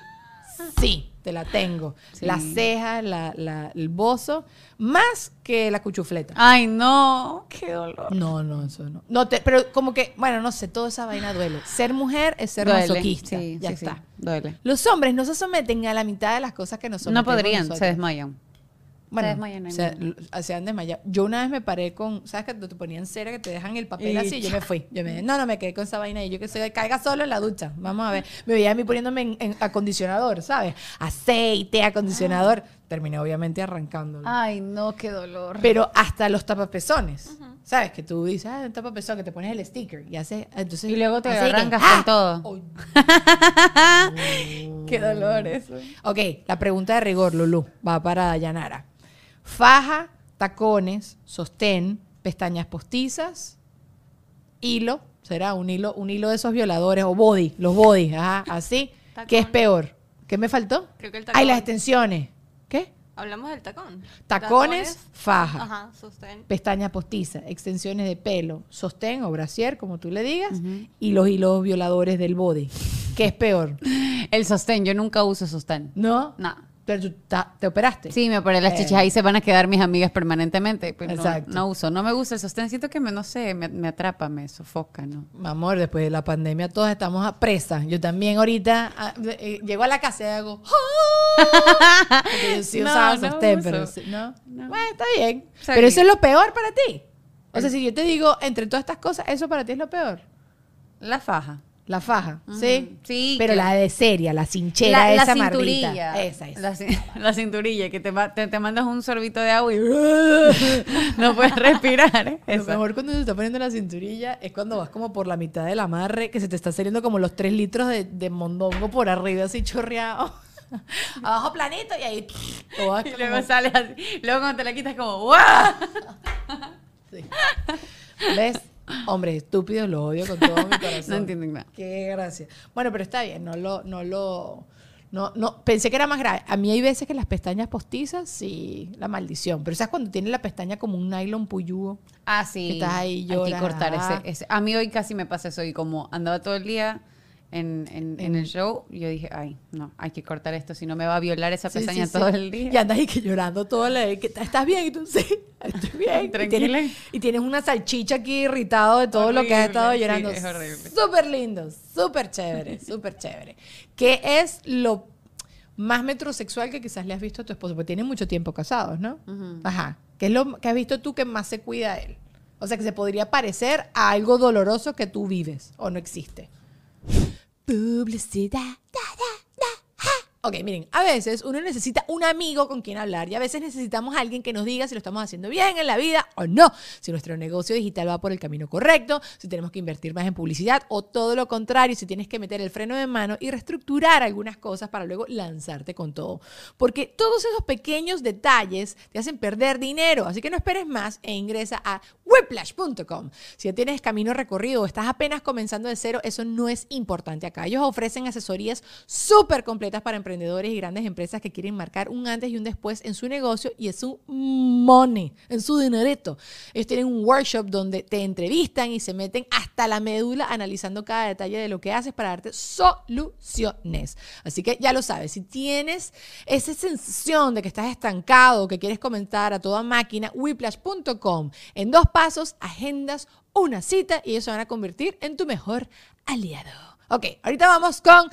Sí, te la tengo. Sí. La ceja, la, la- el bozo, más que la cuchufleta. Ay, no, qué dolor. No, no, eso no. No te, pero como que, bueno, no sé, toda esa vaina duele. Ser mujer es ser Duele, masoquista. sí, ya sí, está. sí, duele. Los hombres no se someten a la mitad de las cosas que nos No sometemos podrían, se nosotros. desmayan. Bueno, se desmayan, no hay se, manera. se han desmayado. Yo una vez me paré con, ¿sabes que te ponían cera que te dejan el papel Y así? Yo me fui. Yo me, no, no, me quedé con esa vaina y yo que se caiga solo en la ducha. Vamos a ver. Me veía a mí poniéndome en, en acondicionador, ¿sabes? Aceite, acondicionador. Terminé obviamente arrancándolo. Ay, no, qué dolor. Pero hasta los tapapezones. ¿Sabes? Que tú dices, ah, un tapapezón, que te pones el sticker y haces, entonces... Y luego te así que, arrancas ¡ah! con todo. Oh, Qué dolor eso. Ok, la pregunta de rigor, Lulú, va para Dayanara. Faja, tacones, sostén, pestañas postizas, hilo, será un hilo, un hilo de esos violadores, o body, los body, ajá, así. Tacón. ¿Qué es peor? ¿Qué me faltó? Creo que el Ay, tacón. las extensiones. ¿Qué? Hablamos del tacón. Tacones, faja. Ajá, sostén. Pestaña postiza, extensiones de pelo, sostén o brasier, como tú le digas, y los hilos violadores del body. ¿Qué es peor? El sostén, yo nunca uso sostén. ¿No? No. Pero tú ta- te operaste. Sí, me operé las Eh. chichas, ahí se van a quedar mis amigas permanentemente. Pero no, Exacto. no uso, no me gusta el sostén. Siento que me, no sé, me, me atrapa, me sofoca, ¿no? Mi amor, después de la pandemia todas estamos a- presas. Yo también ahorita ah, eh, llego a la casa y hago... ¡ah! Porque yo sí No, usaba no sostén, uso. pero sí, ¿no? No. Bueno, está bien. Está pero bien. eso es lo peor para ti. O sea, si yo te digo, entre todas estas cosas, eso para ti es lo peor. La faja. La faja, ¿sí? Sí, Pero que- la de seria, la cinchera, La, la esa cinturilla. marrita. Esa, esa. La, cin- la cinturilla, que te, va- te, te mandas un sorbito de agua y no puedes respirar. ¿eh? Lo Esa. mejor cuando se está poniendo la cinturilla es cuando vas como por la mitad del amarre, que se te está saliendo como los tres litros de, de mondongo por arriba, así chorreado. Abajo planito y ahí... todo vas Y como- luego sales así. Luego cuando te la quitas como ¡guau! Sí. ¿Ves? Hombre, estúpidos, lo odio con todo mi corazón. No entienden nada. Qué gracia. Bueno, pero está bien, no lo... No lo no, no, pensé que era más grave. A mí hay veces que las pestañas postizas, sí, la maldición. Pero ¿sabes cuando tiene la pestaña como un nylon puyúo? Ah, sí. Que estás ahí Hay que llorando. cortar ese, ese. A mí hoy casi me pasa eso. Y como andaba todo el día en, en, en el show, yo dije, ay, no, hay que cortar esto. Si no me va a violar esa Sí, pestaña sí, sí. todo el día. Y andas ahí que llorando todo el que ¿estás bien? Y tú, sí, estoy bien. Tranquila. Y tienes, y tienes una salchicha aquí irritado de todo lo que has Horrible, estado sí, llorando. es horrible. Súper lindo, súper chévere, súper chévere. ¿Qué es lo más metrosexual que quizás le has visto a tu esposo? Porque tienen mucho tiempo casados, ¿no? Ujú. Ajá. ¿Qué es lo que has visto tú que más se cuida a él? O sea, que se podría parecer a algo doloroso que tú vives o no existe. Publicidad. Da, da, da, ja. Ok, miren, a veces uno necesita un amigo con quien hablar y a veces necesitamos a alguien que nos diga si lo estamos haciendo bien en la vida o no, si nuestro negocio digital va por el camino correcto, si tenemos que invertir más en publicidad o todo lo contrario, si tienes que meter el freno de mano y reestructurar algunas cosas para luego lanzarte con todo. Porque todos esos pequeños detalles te hacen perder dinero, así que no esperes más e ingresa a whiplash punto com. Si ya tienes camino recorrido o estás apenas comenzando de cero, eso no es importante acá. Ellos ofrecen asesorías súper completas para emprendedores y grandes empresas que quieren marcar un antes y un después en su negocio y en su money, en su dinerito. Ellos tienen un workshop donde te entrevistan y se meten hasta la médula analizando cada detalle de lo que haces para darte soluciones. Así que ya lo sabes, si tienes esa sensación de que estás estancado, que quieres comentar a toda máquina, whiplash punto com. En dos pasos, agendas una cita y ellos se van a convertir en tu mejor aliado. Ok, ahorita vamos con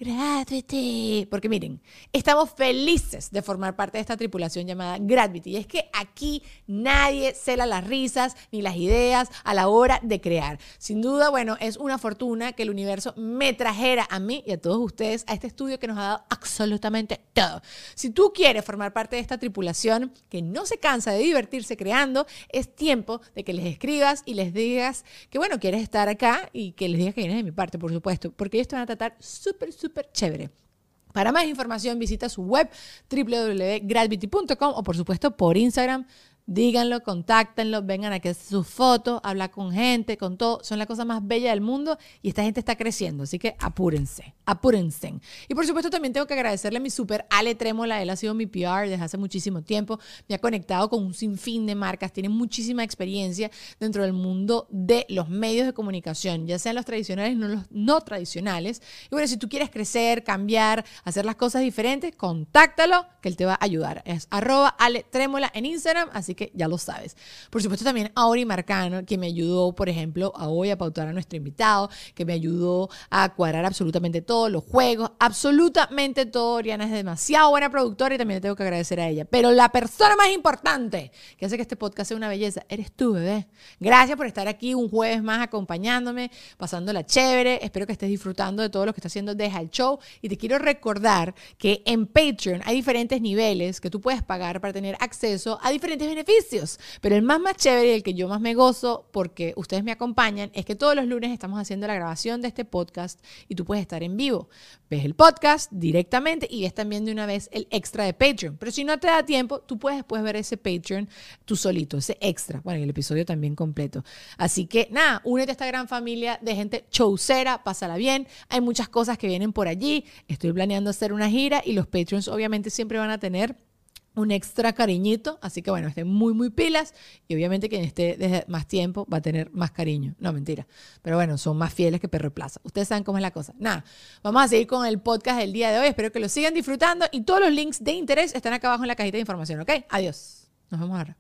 Gravity, porque miren, estamos felices de formar parte de esta tripulación llamada Gravity, y es que aquí nadie cela las risas ni las ideas a la hora de crear. Sin duda, bueno, es una fortuna que el universo me trajera a mí y a todos ustedes a este estudio que nos ha dado absolutamente todo. Si tú quieres formar parte de esta tripulación que no se cansa de divertirse creando, es tiempo de que les escribas y les digas que, bueno, quieres estar acá y que les digas que vienes de mi parte, por supuesto, porque ellos te van a tratar súper, súper súper chévere. Para más información visita su web doble u doble u doble u punto gravity punto com o por supuesto por Instagram. Díganlo, contáctenlo, vengan a que hacer sus fotos, habla con gente, con todo. Son la cosa más bella del mundo y esta gente está creciendo. Así que apúrense, apúrense. Y por supuesto también tengo que agradecerle a mi super Ale Trémola. Él ha sido mi P R desde hace muchísimo tiempo. Me ha conectado con un sinfín de marcas. Tiene muchísima experiencia dentro del mundo de los medios de comunicación, ya sean los tradicionales o no los no tradicionales. Y bueno, si tú quieres crecer, cambiar, hacer las cosas diferentes, contáctalo que él te va a ayudar. Es arroba Ale Trémola en Instagram, así que ya lo sabes. Por supuesto también a Ori Marcano, que me ayudó, por ejemplo, a hoy a pautar a nuestro invitado, que me ayudó a cuadrar absolutamente todos los juegos, absolutamente todo. Oriana es demasiado buena productora y también le tengo que agradecer a ella. Pero la persona más importante que hace que este podcast sea una belleza eres tú, bebé. Gracias por estar aquí un jueves más acompañándome, pasándola chévere. Espero que estés disfrutando de todo lo que está haciendo Deja el Show. Y te quiero recordar que en Patreon hay diferentes niveles que tú puedes pagar para tener acceso a diferentes beneficios. Pero el más más chévere y el que yo más me gozo porque ustedes me acompañan es que todos los lunes estamos haciendo la grabación de este podcast y tú puedes estar en vivo. Ves el podcast directamente y ves también de una vez el extra de Patreon. Pero si no te da tiempo, tú puedes después ver ese Patreon tú solito, ese extra. Bueno, y el episodio también completo. Así que nada, únete a esta gran familia de gente showcera, pásala bien. Hay muchas cosas que vienen por allí. Estoy planeando hacer una gira y los Patreons obviamente siempre van a tener un extra cariñito, así que bueno, estén muy, muy pilas y obviamente quien esté desde más tiempo va a tener más cariño. No, mentira. Pero bueno, son más fieles que Perro de Plaza. Ustedes saben cómo es la cosa. Nada, vamos a seguir con el podcast del día de hoy. Espero que lo sigan disfrutando y todos los links de interés están acá abajo en la cajita de información, ¿ok? Adiós. Nos vemos ahora.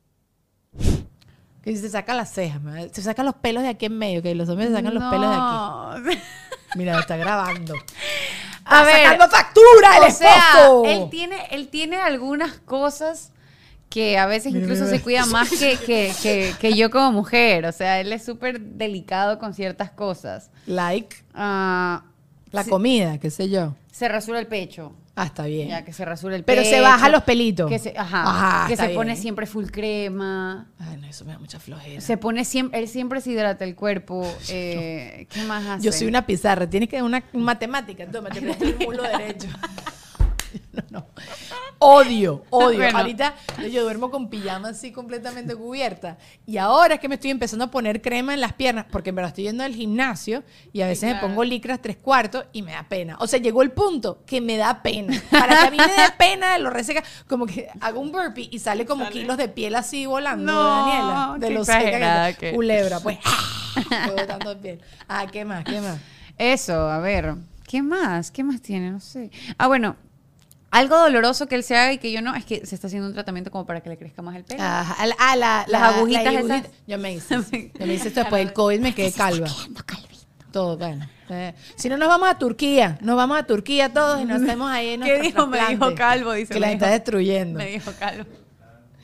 Que si se saca las cejas, se sacan los pelos de aquí en medio, que los hombres se sacan no. los pelos de aquí. Mira, está grabando. A ver, sacando factura el o sea, esposo. él tiene, él tiene algunas cosas que a veces Mira, incluso mira. se cuida más que, que, que, que yo como mujer. O sea, él es súper delicado con ciertas cosas. Like Ah, la sí, comida, qué sé yo. se rasura el pecho. Ah, está bien. Ya, que se rasura el Pero pecho. se baja los pelitos. Que se, ajá, Ajá, que está se pone bien. siempre full crema. Ay, no, eso me da mucha flojera. Se pone siempre, él siempre se hidrata el cuerpo. Eh, ¿Qué más hace? Yo soy una pizarra, tienes que dar una matemática. Toma, te presto el culo derecho. No, no. Odio, odio. Bueno. Ahorita yo duermo con pijama así completamente cubierta. Y ahora es que me estoy empezando a poner crema en las piernas, porque en verdad estoy yendo al gimnasio y a veces Sí, claro. me pongo licras tres cuartos y me da pena. O sea, llegó el punto que me da pena. Para que a mí me dé pena, lo reseca, como que hago un burpee y sale como Sale. kilos de piel así volando, No, Daniela. De qué lo seca que exagerada está. que- Culebra, pues. Estoy botando piel. Ah, ¿qué más? ¿Qué más? Eso, a ver. ¿Qué más? ¿Qué más tiene? No sé. Ah, bueno. Algo doloroso que él se haga y que yo no, es que se está haciendo un tratamiento como para que le crezca más el pelo. Ajá, a la, a la- Las la- agujitas la esas. agujita. Yo me hice. Yo me hice esto después del COVID, me quedé calva. Todo, bueno. Eh, si no, nos vamos a Turquía. Nos vamos a Turquía todos y nos hacemos ahí en ¿Qué dijo? Me dijo calvo, dice. Que me la dijo- está destruyendo. Me dijo calvo.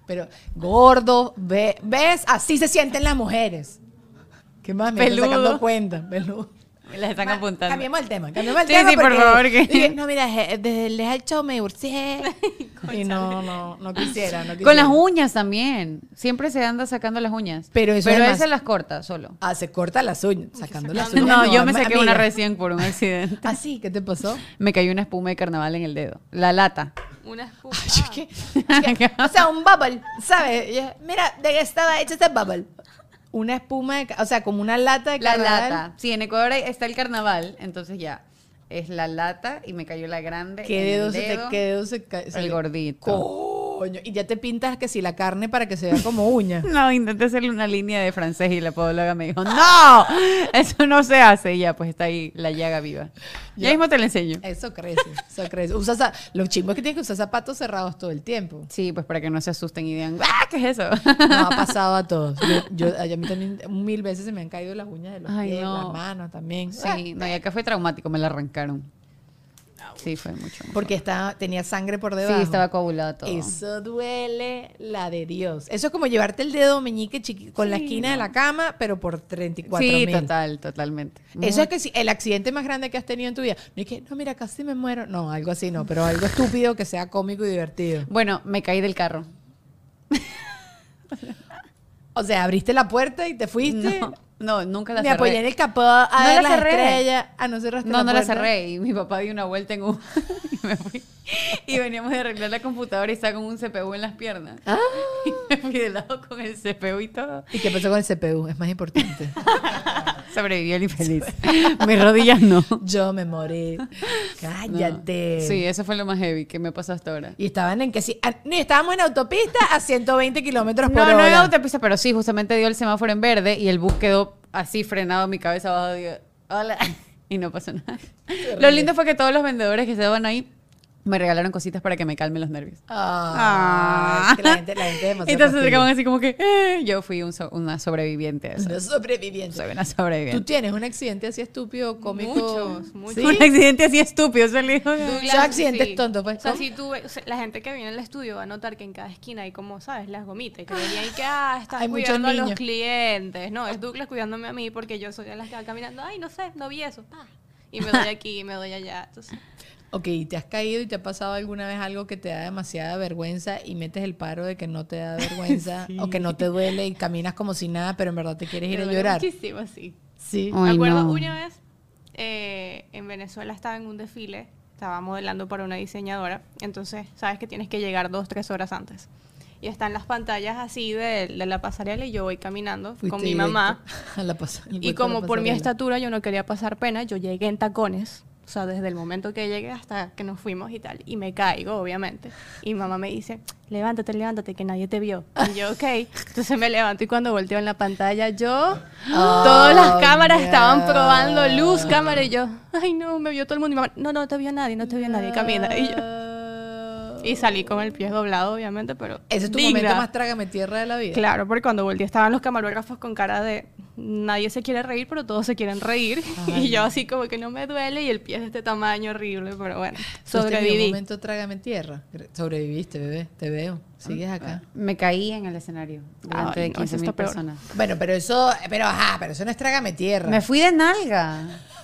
Pero gordo, ve, ¿ves? Así se sienten las mujeres. ¿Qué más me Peludo. estoy sacando cuenta? Peludo. Me las están Ma- apuntando. Cambiemos el tema, cambiemos el Sí, tema. sí, por porque favor, que- dije, no, mira, je- desde el dejar el show me divorcié. Y no, no, no quisiera, no quisiera. Con las uñas también. Siempre se anda sacando las uñas. Pero eso Pero es él más- se las corta solo. Ah, se corta las uñas, sacando las sacando- uñas. No, yo me ama- saqué una amiga. recién por un accidente. ¿Ah, sí? ¿Qué te pasó? Me cayó una espuma de carnaval en el dedo. La lata. Una espuma. Yo Ah. que- es que, o sea, un bubble, ¿sabes? Yo, mira, ¿de qué estaba hecho este bubble? Una espuma, de, ca- o sea, como una lata de La carnaval. lata. Sí, en Ecuador hay- está el carnaval, entonces ya. Es la lata y me cayó la grande. ¿Qué en el dedo se te dedo. qué dedo se ca- se El le- gordito. Coño, y ya te pintas que si la carne para que se vea como uña. No, intenté hacerle una línea de francés y la podóloga me dijo, ¡no! Eso no se hace. Y ya, pues está ahí la llaga viva. Ya Ya. mismo te la enseño. Eso crece, eso crece. Usas a- los chimbos que tienes que usar zapatos cerrados todo el tiempo. Sí, pues para que no se asusten y digan, ¡ah! ¿Qué es eso? Nos ha pasado a todos. Yo, yo- a mí también mil veces se me han caído las uñas de los Ay, pies, no. las manos también. Sí, no, y acá fue traumático, me la arrancaron. Sí, fue mucho. mucho. Porque estaba, tenía sangre por debajo. Sí, estaba coagulado todo. Eso duele la de Dios. Eso es como llevarte el dedo meñique chiqui- con la esquina de la cama, pero por treinta y cuatro Sí, mil. total, totalmente. Eso es que si el accidente más grande que has tenido en tu vida. No es que, no, mira, casi me muero. No, algo así no, pero algo estúpido que sea cómico y divertido. Bueno, me caí del carro. O sea, abriste la puerta y te fuiste. No, no, nunca la Me cerré. apoyé en el capó a No ver la las cerré. estrellas. Ah, no cerraste No, la no la puerta? cerré. Y mi papá dio una vuelta en un... y me fui. Y veníamos de arreglar la computadora y estaba con un C P U en las piernas. Ah. Y me fui de lado con el C P U y todo. ¿Y qué pasó con el C P U? Es más importante. Sobrevivió el infeliz. Mis rodillas no. Yo me morí. Cállate. Sí, eso fue lo más heavy que me pasó hasta ahora. Y estaban en que sí. ah, no, estábamos en autopista a ciento veinte kilómetros por No, hora. no era autopista, pero sí, justamente dio el semáforo en verde y el bus quedó así frenado, mi cabeza abajo. Digo, hola. Y no pasó nada. Lo lindo fue que todos los vendedores que estaban ahí me regalaron cositas para que me calmen los nervios. Ah, es que la gente, la gente es demasiado Entonces se fastidio. quedaban así como que, eh, yo fui un so- una sobreviviente a eso. Una sobreviviente. Soy una ¿Tú sobreviviente. tienes un accidente así estúpido, cómico? Muchos, muchos. ¿Sí? Un accidente así estúpido, eso le dijo. Douglas, Son accidentes sí. tontos, pues, O sea, ¿cómo? si tú, ves- o sea, la gente que viene al estudio va a notar que en cada esquina hay como, ¿sabes? Las gomitas. Que venían y que, ah, estás Hay muchos cuidando a los niños. clientes. No, es Douglas cuidándome a mí porque yo soy de las que va caminando. Ay, no sé, no vi eso. Pa. Y me doy aquí, y me doy allá. Entonces, Ok, ¿y ¿te has caído y te ha pasado alguna vez algo que te da demasiada vergüenza y metes el paro de que no te da vergüenza o que no te duele y caminas como si nada, pero en verdad te quieres ir me a duele llorar? muchísimo, sí. Sí. Ay, me acuerdo no. una vez eh, en Venezuela estaba en un desfile, estaba modelando para una diseñadora, entonces sabes que tienes que llegar dos, tres horas antes. Y están las pantallas así de, de la pasarela y yo voy caminando Fuiste con mi directo mamá. a la pas- el Y hueco de la como por mi pasarela. estatura yo no quería pasar pena, yo llegué en tacones. O sea, desde el momento que llegué hasta que nos fuimos y tal. Y me caigo, obviamente. Y mi mamá me dice, levántate, levántate, que nadie te vio. Y yo, ok. Entonces me levanto y cuando volteo en la pantalla, yo... Oh, todas las cámaras estaban no. probando luz, cámara. Y yo, ay, no, me vio todo el mundo. Y mi mamá, no, no te vio nadie, no te vio nadie, camina. Y yo... Y salí con el pie doblado, obviamente, pero... Ese es tu digna. momento más trágame tierra de la vida. Claro, porque cuando volteé estaban los camarógrafos con cara de nadie se quiere reír, pero todos se quieren reír. Ay, y yo así como que no me duele y el pie es de este tamaño horrible, pero bueno, ¿Tú has tenido un sobreviví. momento trágame tierra? Sobreviviste, bebé. Te veo. Sigues acá. Me caí en el escenario delante Ay, de no, eso quince mil está peor. personas. Bueno, pero eso, pero ajá, pero eso no es trágame tierra. Me fui de nalga.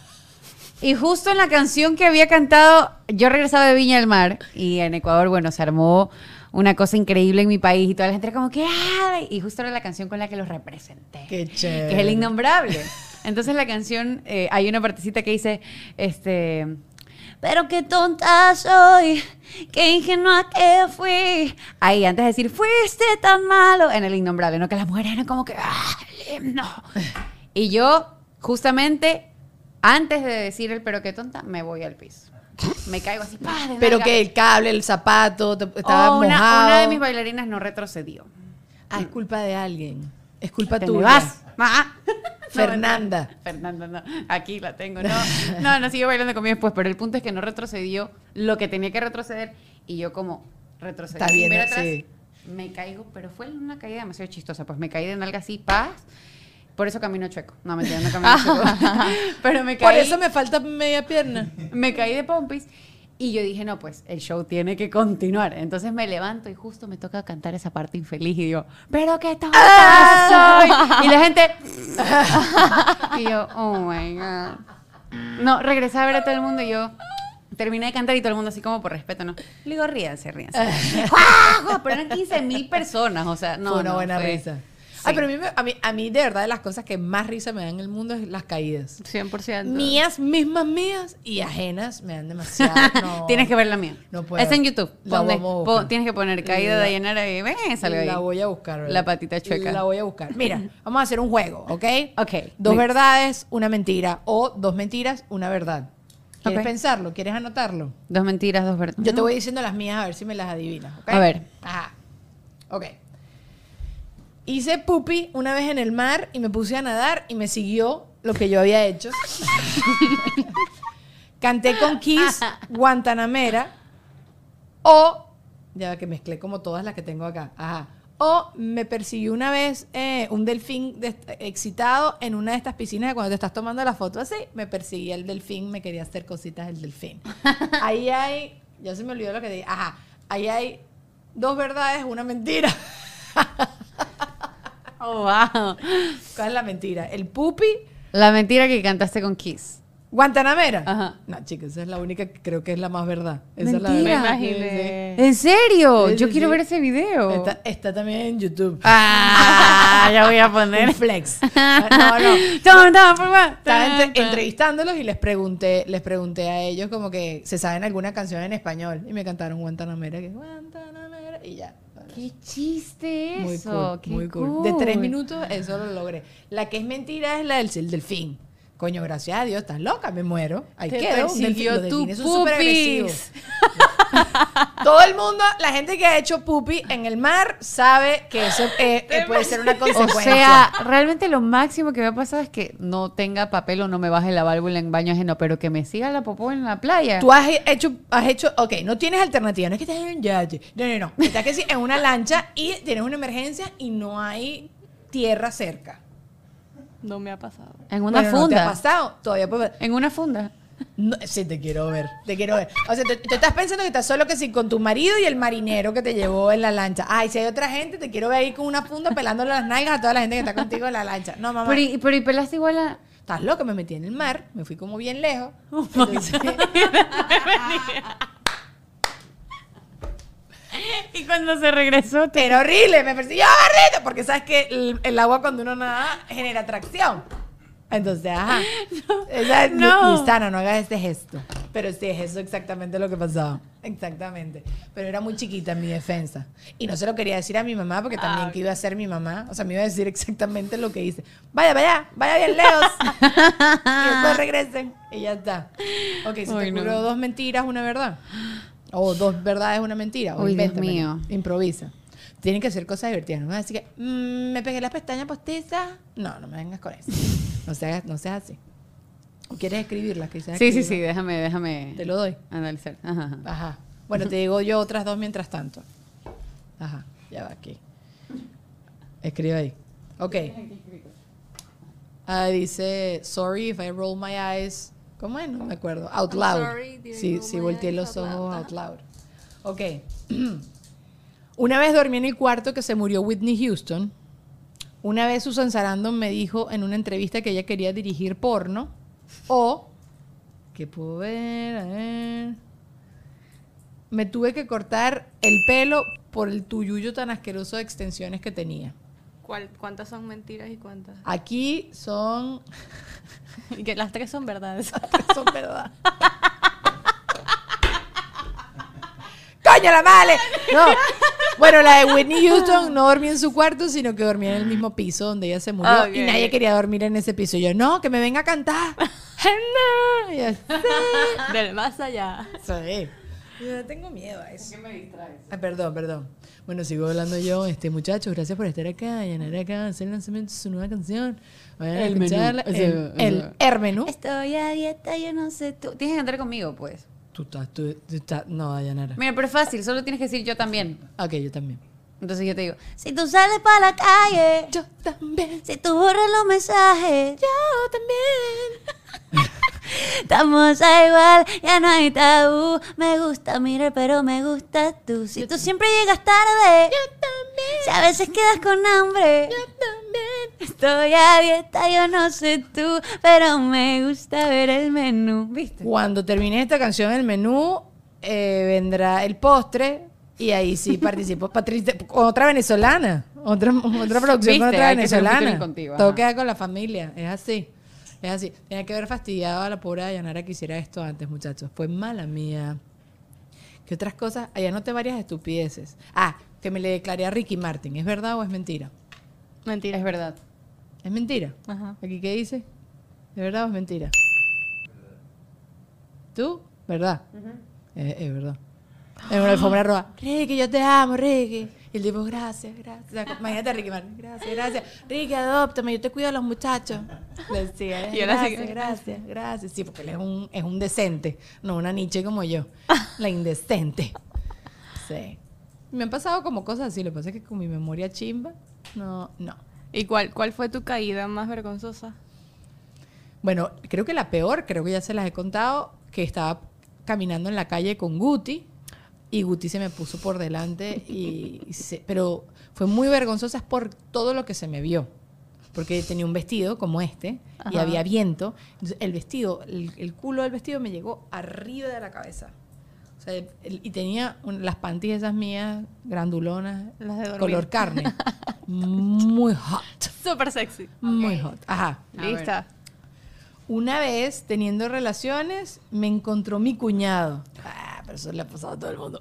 Y justo en la canción que había cantado, yo regresaba de Viña del Mar y en Ecuador, bueno, se armó una cosa increíble en mi país y toda la gente era como que ¡ay! Y justo era la canción con la que los representé. Qué chévere. Que es el innombrable. Entonces la canción, eh, hay una partecita que dice, este... Pero qué tonta soy, qué ingenua que fui. Ahí, antes de decir, fuiste tan malo, en el innombrable, ¿no? Que las mujeres eran como que, ¡ah, el himno! Y yo, justamente, antes de decir el pero qué tonta, me voy al piso. Me caigo así, ¡pah! de Pero nalga. que el cable, el zapato, te- estaba Oh, una, mojado. una de mis bailarinas no retrocedió. Ah, es culpa de alguien. Es culpa Te tuya. me vas. Ah. Fernanda. No, Fernanda, no. Aquí la tengo. No, no, no siguió bailando conmigo después, pero el punto es que no retrocedió lo que tenía que retroceder y yo como retrocedí. Está sin bien, ver atrás, sí. me caigo, pero fue una caída demasiado chistosa. Pues me caí de nalga así, paz. Por eso camino chueco. No, mentira, no camino chueco. Pero me caí. Por eso me falta media pierna. Me caí de pompis Y yo dije, no, pues el show tiene que continuar. Entonces me levanto y justo me toca cantar esa parte infeliz y digo, ¿pero qué tonta soy? Y la gente... y yo, oh my God. No, regresé a ver a todo el mundo y yo... Terminé de cantar y todo el mundo así como por respeto, ¿no? Le digo, ríanse, ríanse. ¡Guau! Pero eran quince mil personas, o sea, no, Fue una no, buena fue- risa. Sí. Ay, pero a mí, me- a, mí, a mí, de verdad, de las cosas que más risa me dan en el mundo es las caídas. cien por ciento. Mías, mismas mías y ajenas me dan demasiado. No. Tienes que ver la mía. No puedo. Es en YouTube. La Ponle- vamos a pon- buscar. tienes que poner caída La- de Dayanara y ven, salga ahí. La voy a buscar, ¿verdad? La patita chueca. La voy a buscar. Mira, vamos a hacer un juego, ¿ok? Ok, Dos listo. verdades, una mentira. O dos mentiras, una verdad. ¿Quieres Ok. pensarlo? ¿Quieres anotarlo? Dos mentiras, dos verdades. Yo te voy diciendo las mías a ver si me las adivinas, ¿ok? A ver. Ajá. Ok. Hice pupi una vez en el mar y me puse a nadar y me siguió lo que yo había hecho. Canté con Kiss Guantanamera. O, ya que mezclé como todas las que tengo acá. Ajá. O me persiguió una vez eh, un delfín de- excitado en una de estas piscinas de cuando te estás tomando la foto así. Me perseguía el delfín, me quería hacer cositas del delfín. Ahí hay, ya se me olvidó lo que dije. Ajá. Ahí hay dos verdades, una mentira. Oh, wow. ¿Cuál es la mentira? ¿El pupi? La mentira que cantaste con Kiss. ¿Guantanamera? Ajá. No, chicos, esa es la única que creo que es la más verdad. Esa es la Mentira. verdad. Me Sí, sí. imaginé. ¿En serio? Sí, Yo sí, quiero sí. ver ese video. Está, está también en YouTube. Ah, ya voy a Un poner. flex. No, no. Toma, toma, por favor. Estaba entre- Toma, toma. entrevistándolos y les pregunté, les pregunté a ellos como que se saben alguna canción en español y me cantaron Guantanamera, que es Guantanamera y ya. Qué chiste Muy eso. cool, qué muy cool. De tres minutos eso lo logré. La que es mentira es la del el delfín. Coño, gracias a Dios, estás loca, me muero. Ahí Te quedó. Un delfín. persiguió Los tu delfines son súper agresivos. pupis. Todo el mundo, la gente que ha hecho pupi en el mar sabe que eso eh, eh, puede ser una O consecuencia. sea, realmente lo máximo que me ha pasado es que no tenga papel o no me baje la válvula en baño ajeno, pero que me siga la popó en la playa. Tú has hecho, has hecho, ok, no tienes alternativa, no es que estás en un yate, no, no, no, estás que sí, en una lancha y tienes una emergencia y no hay tierra cerca. No me ha pasado. En una Bueno, ¿no te ha funda. pasado? Todavía puede- En una funda. No, sí, te quiero ver, te quiero ver. O sea, tú, tú estás pensando que estás solo que sí con tu marido y el marinero que te llevó en la lancha. Ay, si hay otra gente, te quiero ver ahí con una funda pelándole las nalgas a toda la gente que está contigo en la lancha. No, mamá. Pero, y- pero y pelaste igual a... Estás loca, me metí en el mar, me fui como bien lejos. Entonces, Y cuando se regresó, te... era horrible, me persiguió horrible, porque sabes que el, el agua cuando uno nada genera atracción. Entonces, ajá. Esa es no. Listana, no hagas este gesto. Pero sí, es eso exactamente lo que pasaba. Exactamente. Pero era muy chiquita en mi defensa. Y no se lo quería decir a mi mamá, porque también que iba a ser mi mamá. O sea, me iba a decir exactamente lo que hice. Vaya, vaya, vaya bien lejos. Y después regresen. Y ya está. Ok, se te Ay, no. ocurrió dos mentiras, una verdad. O dos verdades, una mentira. O Uy, Dios invéntamela. mío. Improvisa. Tienen que hacer cosas divertidas. No me vas a decir que mm, me pegué las pestañas postizas. No, no me vengas con eso. No seas, no seas así. ¿O quieres escribirlas? Quizás Sí, sí, sí, escribirlas. déjame, déjame Te lo doy. analizar. Ajá, ajá. Ajá. Bueno, te digo yo otras dos mientras tanto. Ajá. Ya va aquí. Escribe ahí. Ok. Ah, dice, sorry if I roll my eyes. ¿Cómo es? No me acuerdo. Out I'm loud. sorry, did I Sí, roll sí, my volteé eyes los out ojos loud? out loud. Ok. Una vez dormí en el cuarto que se murió Whitney Houston. Una vez Susan Sarandon me dijo en una entrevista que ella quería dirigir porno. O, ¿qué puedo ver? A ver. Me tuve que cortar el pelo por el tuyuyo tan asqueroso de extensiones que tenía. ¿Cuál- ¿Cuántas son mentiras y cuántas? Aquí son... Y que las tres son verdades. son verdad. ¡Coño, la madre! No. Bueno, la de Whitney Houston no dormía en su cuarto, sino que dormía en el mismo piso donde ella se murió. Ok. Y nadie quería dormir en ese piso. Yo, no, que me venga a cantar. Y yo, sí. Del más allá. Sí. Yo tengo miedo a eso. ¿Por qué me distraes? Ah, perdón, perdón. Bueno, sigo hablando yo. Este, muchachos, gracias por estar acá. Llenar acá, hacer el lanzamiento de su nueva canción. Vayan a El menú. escucharla. O sea, El, o el sea. Air menú. Estoy a dieta, yo no sé tú. Tienes que cantar conmigo, pues. Tú estás, tú, tú estás. No, Dayanara. Mira, pero es fácil, solo tienes que decir yo también. Ok, yo también. Entonces yo te digo, si tú sales para la calle, Yo también. si tú borras los mensajes, Yo también. Estamos a igual, ya no hay tabú. Me gusta mirar, pero me gusta tú. Si tú siempre llegas tarde, yo también. Si a veces quedas con hambre, yo también. Estoy a dieta, yo no sé tú, pero me gusta ver el menú. ¿Viste? Cuando termine esta canción, el menú, eh, vendrá el postre y ahí sí participo. Patricia, otra venezolana, otra, otra producción con ¿Viste? otra Hay que hacer un venezolana. featuring contigo, Todo ajá. queda con la familia, es así. Es así. Tenía que haber fastidiado a la pobre Dayanara que hiciera esto antes, muchachos. Fue mala mía. ¿Qué otras cosas? Allá noté varias estupideces. Ah, que me le declaré a Ricky Martin. ¿Es verdad o es mentira? Mentira. Es verdad. ¿Es mentira? Ajá. ¿Aquí qué dice? ¿Es verdad o es mentira? ¿Tú? ¿Verdad? es, es verdad. En una alfombra roja. Ricky, yo te amo, Ricky. Y el tipo, gracias, gracias. O sea, imagínate a Ricky Martin. Gracias, gracias. Ricky, adóptame, yo te cuido a los muchachos. Le decía, Y ahora sí gracias, que- gracias, gracias. Sí, porque él es un, es un decente, no una niche como yo. La indecente. Sí. Me han pasado como cosas así. Lo que pasa es que con mi memoria chimba, no, no. ¿Y cuál, cuál fue tu caída más vergonzosa? Bueno, creo que la peor, creo que ya se las he contado, que estaba caminando en la calle con Guti y Guti se me puso por delante, y, y se- pero fue muy vergonzosa es por todo lo que se me vio. Porque tenía un vestido como este y Ajá. había viento. Entonces, el vestido, el, el culo del vestido me llegó arriba de la cabeza. O sea, el- y tenía un- las panties esas mías, grandulonas, Las de dormir. color carne. Muy hot. Súper sexy. Muy hot. Ajá. A ver. Lista. Una vez, teniendo relaciones, me encontró mi cuñado. Ah, pero eso le ha pasado a todo el mundo.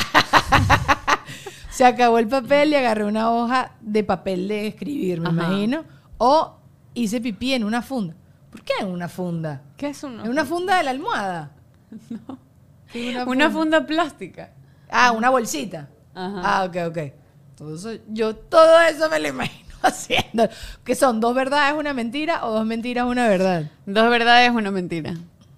Se acabó el papel y agarré una hoja de papel de escribir, me Ajá. imagino. O hice pipí en una funda. ¿Por qué en una funda? ¿Qué es uno? ¿En una funda de la almohada? No. Una funda plástica. Ah, una bolsita. Ajá. Ah, ok, ok. Entonces, yo todo eso me lo imagino haciendo. Que son dos verdades, una mentira, o dos mentiras, una verdad. Dos verdades, una mentira.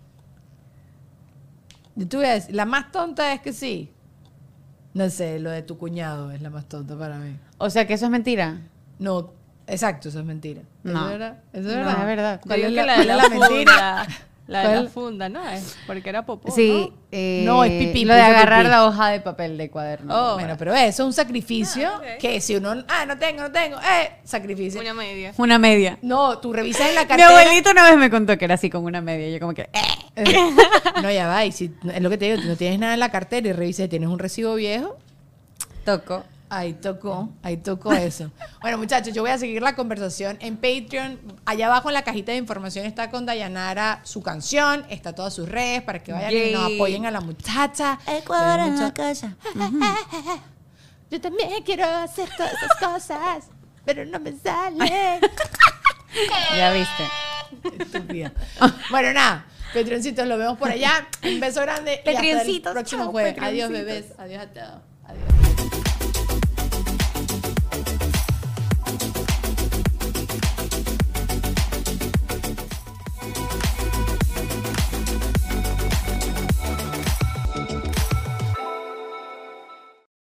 Yo te voy a decir, la más tonta es que sí. No sé, lo de tu cuñado es la más tonta para mí. O sea, que eso es mentira. No, exacto, eso es mentira. ¿Eso No. es verdad? ¿Eso es No, verdad? es verdad. ¿Cuál Yo es digo la, que cuál es la mentira? funda, la de ¿Cuál? la funda, ¿no? Es porque era popó, Sí. ¿no? eh, No, es pipí, Lo de puse agarrar pipí. la hoja de papel de cuaderno. Oh. Bueno, pero eso es un sacrificio Ah, ok. que si uno, ah, no tengo, no tengo, eh, sacrificio. Una media. Una media. No, tú revisas en la Mi cartera. abuelito una vez me contó que era así con una media. Yo como que... eh. Eh, no, ya va, y si, es lo que te digo, tú no tienes nada en la cartera y revisas y tienes un recibo viejo, Toco. ahí tocó, ahí tocó eso. Bueno, muchachos, yo voy a seguir la conversación en Patreon. Allá abajo en la cajita de información está con Dayanara su canción, está todas sus redes para que vayan y nos Yay. apoyen a la muchacha. Ecuador Le doy en mucho- la casa. Yo también quiero hacer todas esas cosas, pero no me sale. Ya viste. Estúpida. Bueno, nada. Patreoncitos, lo vemos por allá. Un beso grande. Y hasta el Patreoncitos, próximo chao, jueves. Adiós, Patreoncitos. bebés. Adiós a todos.